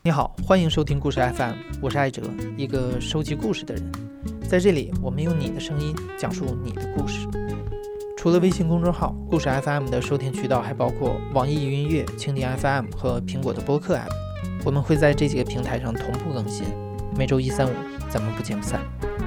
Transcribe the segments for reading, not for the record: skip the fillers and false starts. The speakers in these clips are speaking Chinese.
你好，欢迎收听故事 FM， 我是艾哲，一个收集故事的人。在这里，我们用你的声音讲述你的故事。除了微信公众号故事 FM 的收听渠道，还包括网易云音乐、蜻蜓 FM 和苹果的播客 App。我们会在这几个平台上同步更新，每周一、三、五，咱们不见不散。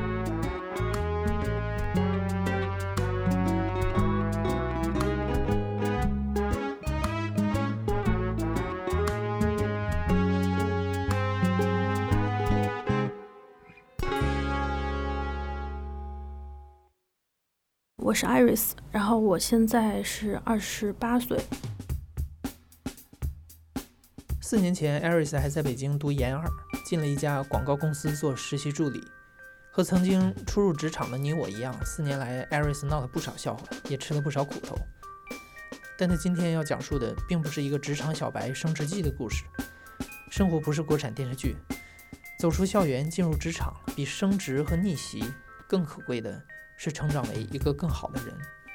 我是 Iris， 然后我现在是28岁。 4年前 Iris 还在北京读研2，进了一家广告公司做实习助理。和曾经初入职场的你我一样，4年来 Iris 闹了不少笑话，也吃了不少苦头。但他今天要讲述的并不是一个职场小白升职记的故事。生活不是国产电视剧，走出校园进入职场，比升职和逆袭更可贵的是成长为一个更好的人。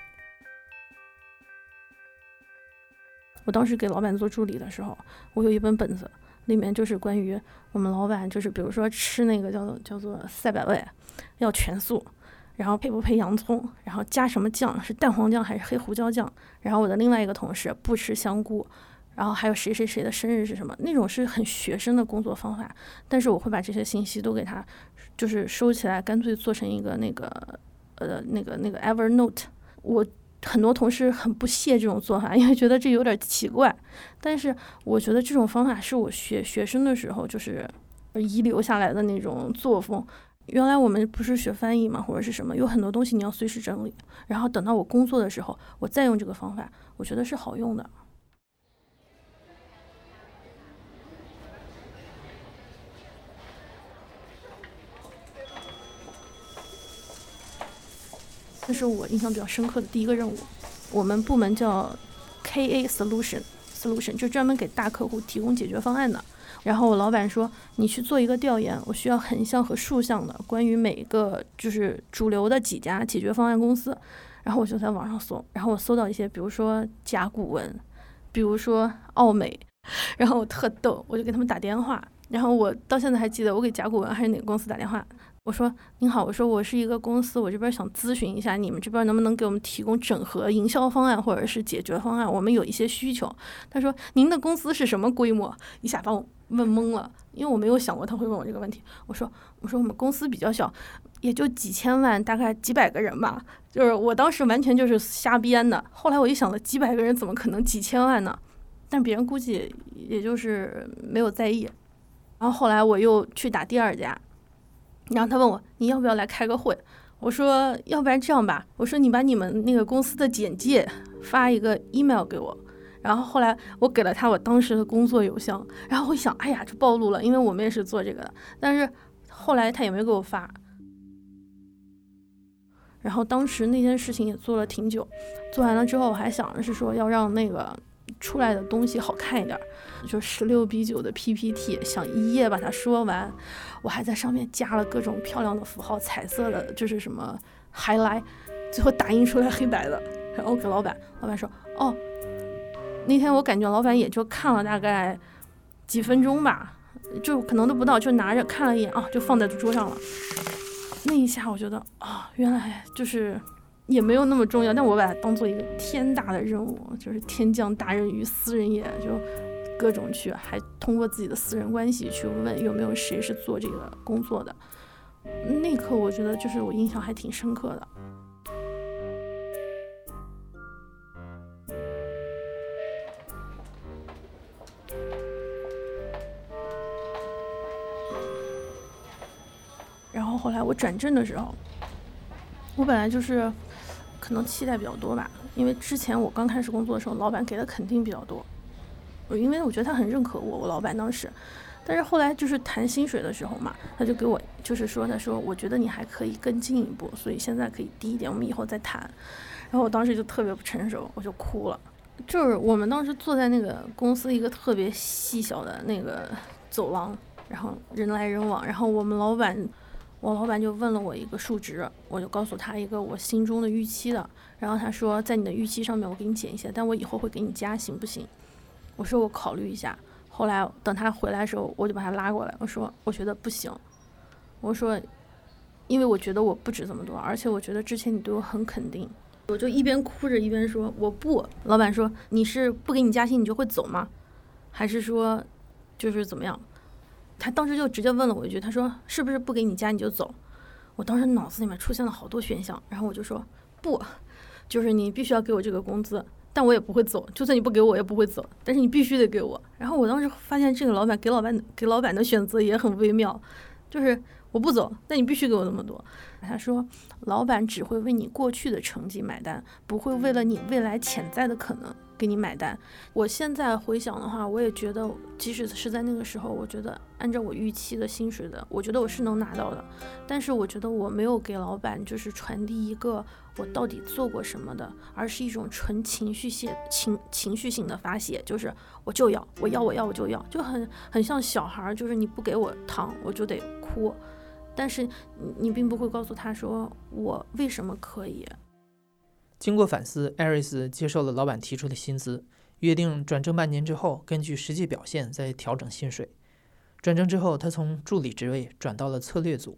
我当时给老板做助理的时候，我有一本本子，里面就是关于我们老板，就是比如说吃那个叫做赛百味，要全素，然后配不配洋葱，然后加什么酱，是蛋黄酱还是黑胡椒酱，然后我的另外一个同事不吃香菇，然后还有谁谁谁的生日是什么，那种是很学生的工作方法，但是我会把这些信息都给他就是收起来，干脆做成一个那个Evernote。我很多同事很不屑这种做法，因为觉得这有点奇怪，但是我觉得这种方法是我学生的时候就是遗留下来的那种作风。原来我们不是学翻译嘛，或者是什么，有很多东西你要随时整理，然后等到我工作的时候我再用这个方法，我觉得是好用的。这是我印象比较深刻的第一个任务。我们部门叫 KA Solution， 就专门给大客户提供解决方案的。然后我老板说，你去做一个调研，我需要横向和竖向的关于每个就是主流的几家解决方案公司。然后我就在网上搜，然后我搜到一些，比如说甲骨文，比如说奥美，然后我特逗，我就给他们打电话。然后我到现在还记得，我给甲骨文还是哪个公司打电话，我说您好，我说我是一个公司，我这边想咨询一下你们这边能不能给我们提供整合营销方案或者是解决方案，我们有一些需求。他说您的公司是什么规模？一下把我问懵了，因为我没有想过他会问我这个问题。我说我们公司比较小，也就几千万，大概几百个人吧，就是我当时完全就是瞎编的。后来我一想了，几百个人怎么可能几千万呢？但别人估计也就是没有在意。然后后来我又去打第二家，然后他问我你要不要来开个会，我说要不然这样吧，我说你把你们那个公司的简介发一个 email 给我。然后后来我给了他我当时的工作邮箱，然后我想哎呀这暴露了，因为我们也是做这个的，但是后来他也没给我发。然后当时那件事情也做了挺久，做完了之后我还想的是说要让那个出来的东西好看一点，就16:9的 PPT， 想一页把它说完。我还在上面加了各种漂亮的符号，彩色的，就是什么 highlight， 最后打印出来黑白的。然后给老板说哦，那天我感觉老板也就看了大概几分钟吧，就可能都不到，就拿着看了一眼就放在桌上了。那一下我觉得原来就是也没有那么重要，但我把它当做一个天大的任务，就是天降大任于斯人也，就各种去，还通过自己的私人关系去问有没有谁是做这个工作的。那一刻我觉得就是我印象还挺深刻的。然后后来我转正的时候，我本来就是可能期待比较多吧，因为之前我刚开始工作的时候，老板给的肯定比较多，因为我觉得他很认可我老板当时。但是后来就是谈薪水的时候嘛，他就给我就是说，他说我觉得你还可以更进一步，所以现在可以低一点，我们以后再谈。然后我当时就特别不成熟，我就哭了。就是我们当时坐在那个公司一个特别细小的那个走廊，然后人来人往，然后我老板就问了我一个数值，我就告诉他一个我心中的预期的，然后他说在你的预期上面我给你减一些，但我以后会给你加，行不行？我说我考虑一下。 后来等他回来的时候，我就把他拉过来，我说我觉得不行，我说因为我觉得我不值这么多，而且我觉得之前你对我很肯定。我就一边哭着一边说我不。老板说你是不给你加薪你就会走吗？还是说就是怎么样？他当时就直接问了我一句，他说是不是不给你加你就走？我当时脑子里面出现了好多选项，然后我就说不，就是你必须要给我这个工资，但我也不会走，就算你不给我也不会走，但是你必须得给我。然后我当时发现这个老板给老板的选择也很微妙，就是我不走，但你必须给我那么多。他说老板只会为你过去的成绩买单，不会为了你未来潜在的可能给你买单。我现在回想的话，我也觉得即使是在那个时候，我觉得按照我预期的薪水的，我觉得我是能拿到的，但是我觉得我没有给老板就是传递一个我到底做过什么的，而是一种纯情绪性的发泄，就是我就要我就要，就很像小孩，就是你不给我糖我就得哭，但是你并不会告诉他说我为什么可以。 经过反思，艾瑞斯接受了老板提出的薪资，约定转正半年之后根据实际表现再调整薪水。转正之后，他从助理职位转到了策略组。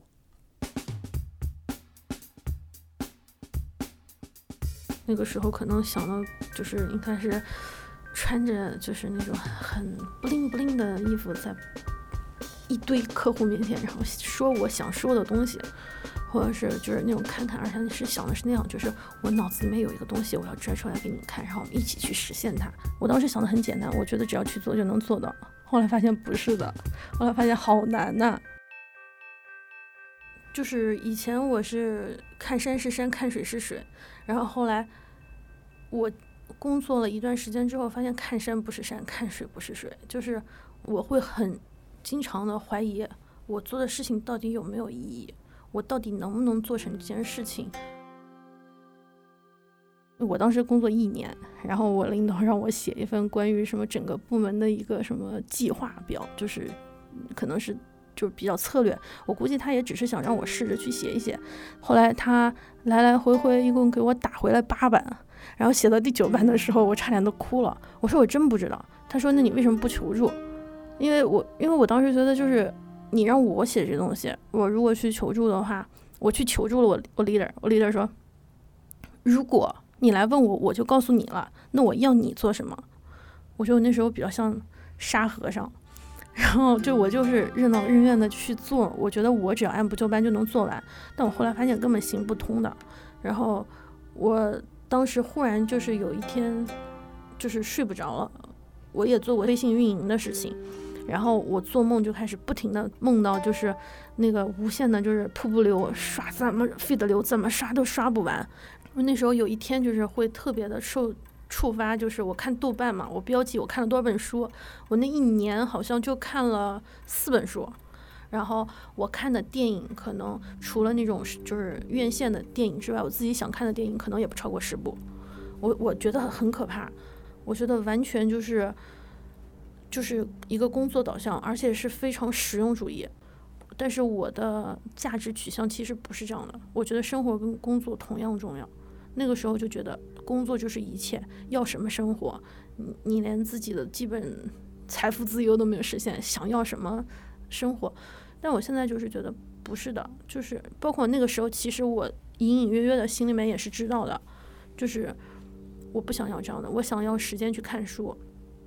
那个时候可能想到就是应该是穿着就是那种很bling bling的衣服，在一堆客户面前，然后说我想说的东西，或者是就是那种侃侃而谈，是想的是那样，就是我脑子里面有一个东西我要拽出来给你看，然后我们一起去实现它。我当时想的很简单，我觉得只要去做就能做到，后来发现不是的，后来发现好难呐。就是以前我是看山是山看水是水，然后后来我工作了一段时间之后发现看山不是山看水不是水，就是我会很经常的怀疑我做的事情到底有没有意义，我到底能不能做成这件事情。我当时工作1年，然后我领导让我写一份关于什么整个部门的一个什么计划表，就是可能是就是比较策略，我估计他也只是想让我试着去写一写。后来他来来回回一共给我打回来8版，然后写到第9版的时候我差点都哭了，我说我真不知道。他说那你为什么不求助？因为我当时觉得就是你让我写这东西，我如果去求助的话，我去求助了我 leader 说如果你来问我我就告诉你了，那我要你做什么？我觉得我那时候比较像沙和尚，然后我就是任劳任怨的去做，我觉得我只要按部就班就能做完，但我后来发现根本行不通的。然后我当时忽然就是有一天就是睡不着了，我也做过微信运营的事情，然后我做梦就开始不停的梦到就是那个无限的就是瀑布流，刷怎么 feed 流怎么刷都刷不完。那时候有一天就是会特别的受触发，就是我看豆瓣嘛，我标记我看了多少本书，我那1年好像就看了4本书，然后我看的电影可能除了那种就是院线的电影之外，我自己想看的电影可能也不超过10部。我觉得很可怕，我觉得完全就是一个工作导向，而且是非常实用主义。但是我的价值取向其实不是这样的，我觉得生活跟工作同样重要。那个时候就觉得工作就是一切，要什么生活，你连自己的基本财富自由都没有实现，想要什么生活？但我现在就是觉得不是的，就是包括那个时候其实我隐隐约约的心里面也是知道的，就是我不想要这样的，我想要时间去看书。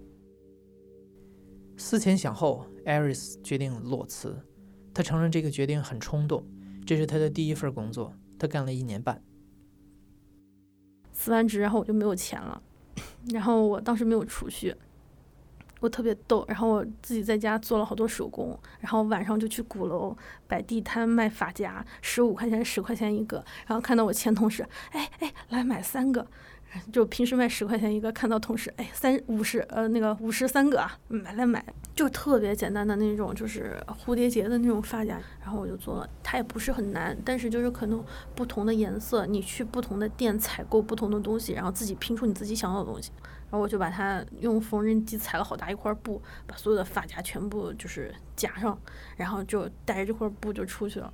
思前想后，艾瑞斯决定裸辞。他承认这个决定很冲动，这是他的第1份工作，他干了1年半。 辞完职，然后我就没有钱了，然后我当时没有储蓄，我特别逗，然后我自己在家做了好多手工，然后晚上就去鼓楼摆地摊卖发夹，15块钱10块钱一个，然后看到我前同事，哎来买3个，就平时卖10块钱一个，看到同事50个啊，买，就特别简单的那种，就是蝴蝶结的那种发夹，然后我就做了，它也不是很难，但是就是可能不同的颜色，你去不同的店采购不同的东西，然后自己拼出你自己想要的东西，然后我就把它用缝纫机裁了好大一块布，把所有的发夹全部就是夹上，然后就带着这块布就出去了。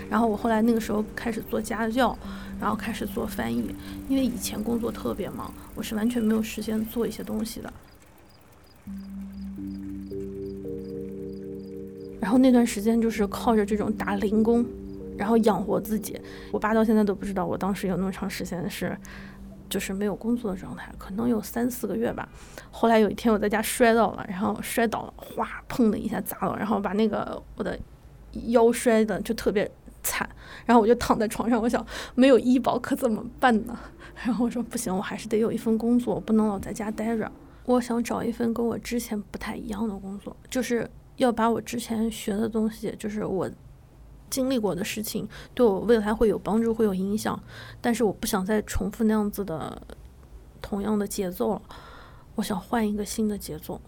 然后我后来那个时候开始做家教，然后开始做翻译，因为以前工作特别忙，我是完全没有时间做一些东西的。然后那段时间就是靠着这种打零工，然后养活自己。我爸到现在都不知道我当时有那么长时间就是没有工作的状态，可能有3-4个月吧。后来有一天我在家摔到了，然后摔倒了，哗，砰的一下砸了，然后把那个我的腰摔的就特别惨。然后我就躺在床上，我想没有医保可怎么办呢？然后我说不行，我还是得有一份工作，我不能老在家待着。我想找一份跟我之前不太一样的工作，就是要把我之前学的东西，就是我经历过的事情，对我未来会有帮助，会有影响，但是我不想再重复那样子的同样的节奏了，我想换一个新的节奏。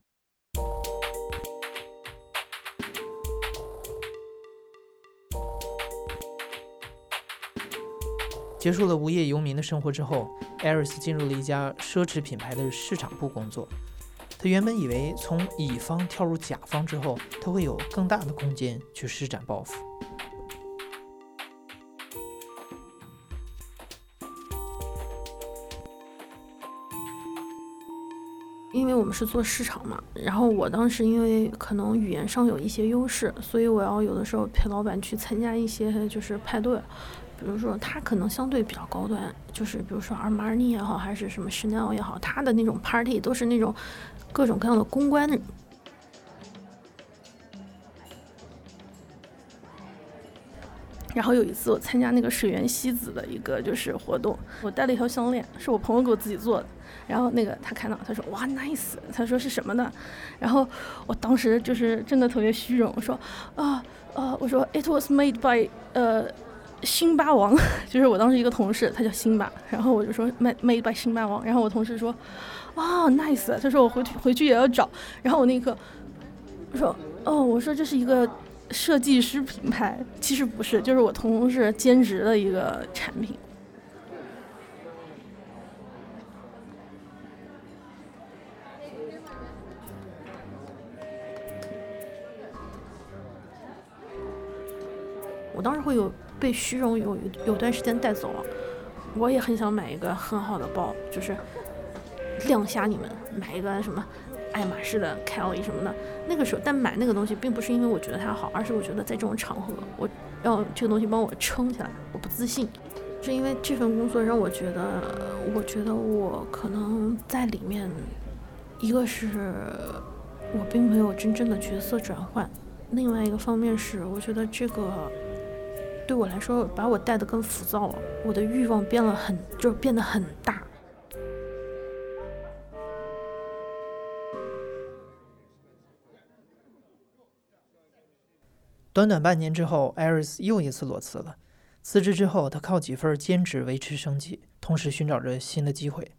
结束了无业游民的生活之后，艾瑞斯进入了一家奢侈品牌的市场部工作。他原本以为从乙方跳入甲方之后，他会有更大的空间去施展抱负。 因为我们是做市场嘛，然后我当时因为可能语言上有一些优势，所以我要有的时候陪老板去参加一些就是派对，比如说他可能相对比较高端，就是比如说阿玛尼也好，还是什么Chanel也好，他的那种 party 都是那种各种各样的公关的。然后有一次我参加那个水原希子的一个就是活动，我戴了一条项链，是我朋友给我自己做的。然后那个他看到，他说哇 nice， 他说是什么呢？然后我当时就是真的特别虚荣，我说我说 it was made by 辛巴王，就是我当时一个同事，他叫辛巴，然后我就说 made by 辛巴王，然后我同事说nice， 他说我回去也要找，然后我那一刻我说我说这是一个设计师品牌，其实不是，就是我同事兼职的一个产品。我当时会有被虚荣有段时间带走了，我也很想买一个很好的包，就是亮瞎你们，买一个什么爱马仕的 Kelly 什么的。那个时候，但买那个东西并不是因为我觉得它好，而是我觉得在这种场合，我要这个东西帮我撑起来，我不自信。是因为这份工作让我觉得我可能在里面，一个是我并没有真正的角色转换，另外一个方面是我觉得这个对我来说把我带得更浮躁了，我的欲望变得很大。 短短半年之后，艾瑞斯又一次裸辞了。辞职之后，他靠几份兼职维持生计，同时寻找着新的机会。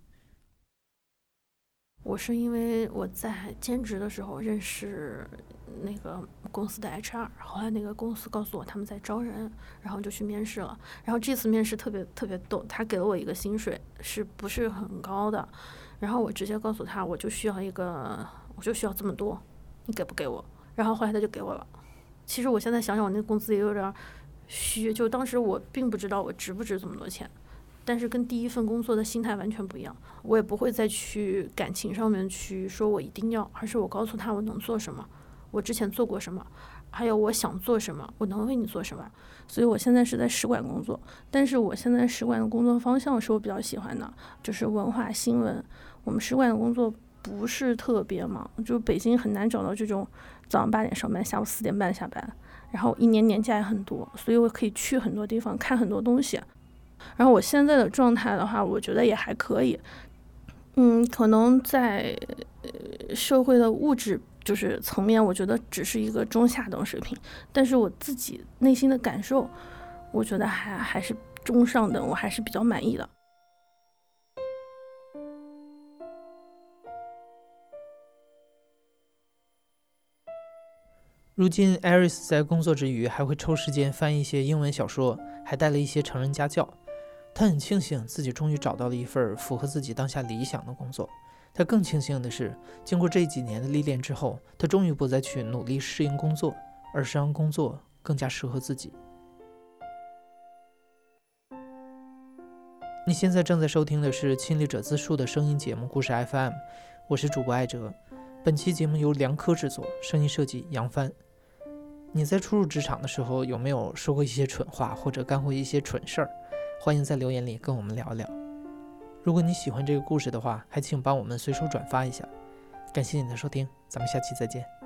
我是因为我在兼职的时候认识那个公司的 HR， 后来那个公司告诉我他们在招人，然后就去面试了。然后这次面试特别特别逗，他给了我一个薪水是不是很高的，然后我直接告诉他我就需要这么多，你给不给我？然后后来他就给我了。其实我现在想想，我那个工资也有点虚，就当时我并不知道我值不值这么多钱。但是跟第一份工作的心态完全不一样，我也不会再去感情上面去说我一定要，而是我告诉他我能做什么，我之前做过什么，还有我想做什么，我能为你做什么。所以我现在是在使馆工作，但是我现在使馆的工作方向是我比较喜欢的，就是文化新闻。我们使馆的工作不是特别忙，就北京很难找到这种早上8点上班，下午4点半下班，然后一年年假也很多，所以我可以去很多地方看很多东西。然后我现在的状态的话，我觉得也还可以，可能在社会的物质就是层面，我觉得只是一个中下等水平，但是我自己内心的感受，我觉得还是中上等，我还是比较满意的。 如今，艾瑞斯在工作之余还会抽时间翻一些英文小说，还带了一些成人家教。他很庆幸自己终于找到了一份符合自己当下理想的工作。他更庆幸的是，经过这几年的历练之后，他终于不再去努力适应工作，而是让工作更加适合自己。 你现在正在收听的是亲历者自述的声音节目故事 FM， 我是主播艾哲。本期节目由梁科制作，声音设计杨帆。你在初入职场的时候有没有说过一些蠢话，或者干过一些蠢事儿？欢迎在留言里跟我们聊一聊。如果你喜欢这个故事的话，还请帮我们随手转发一下。感谢你的收听，咱们下期再见。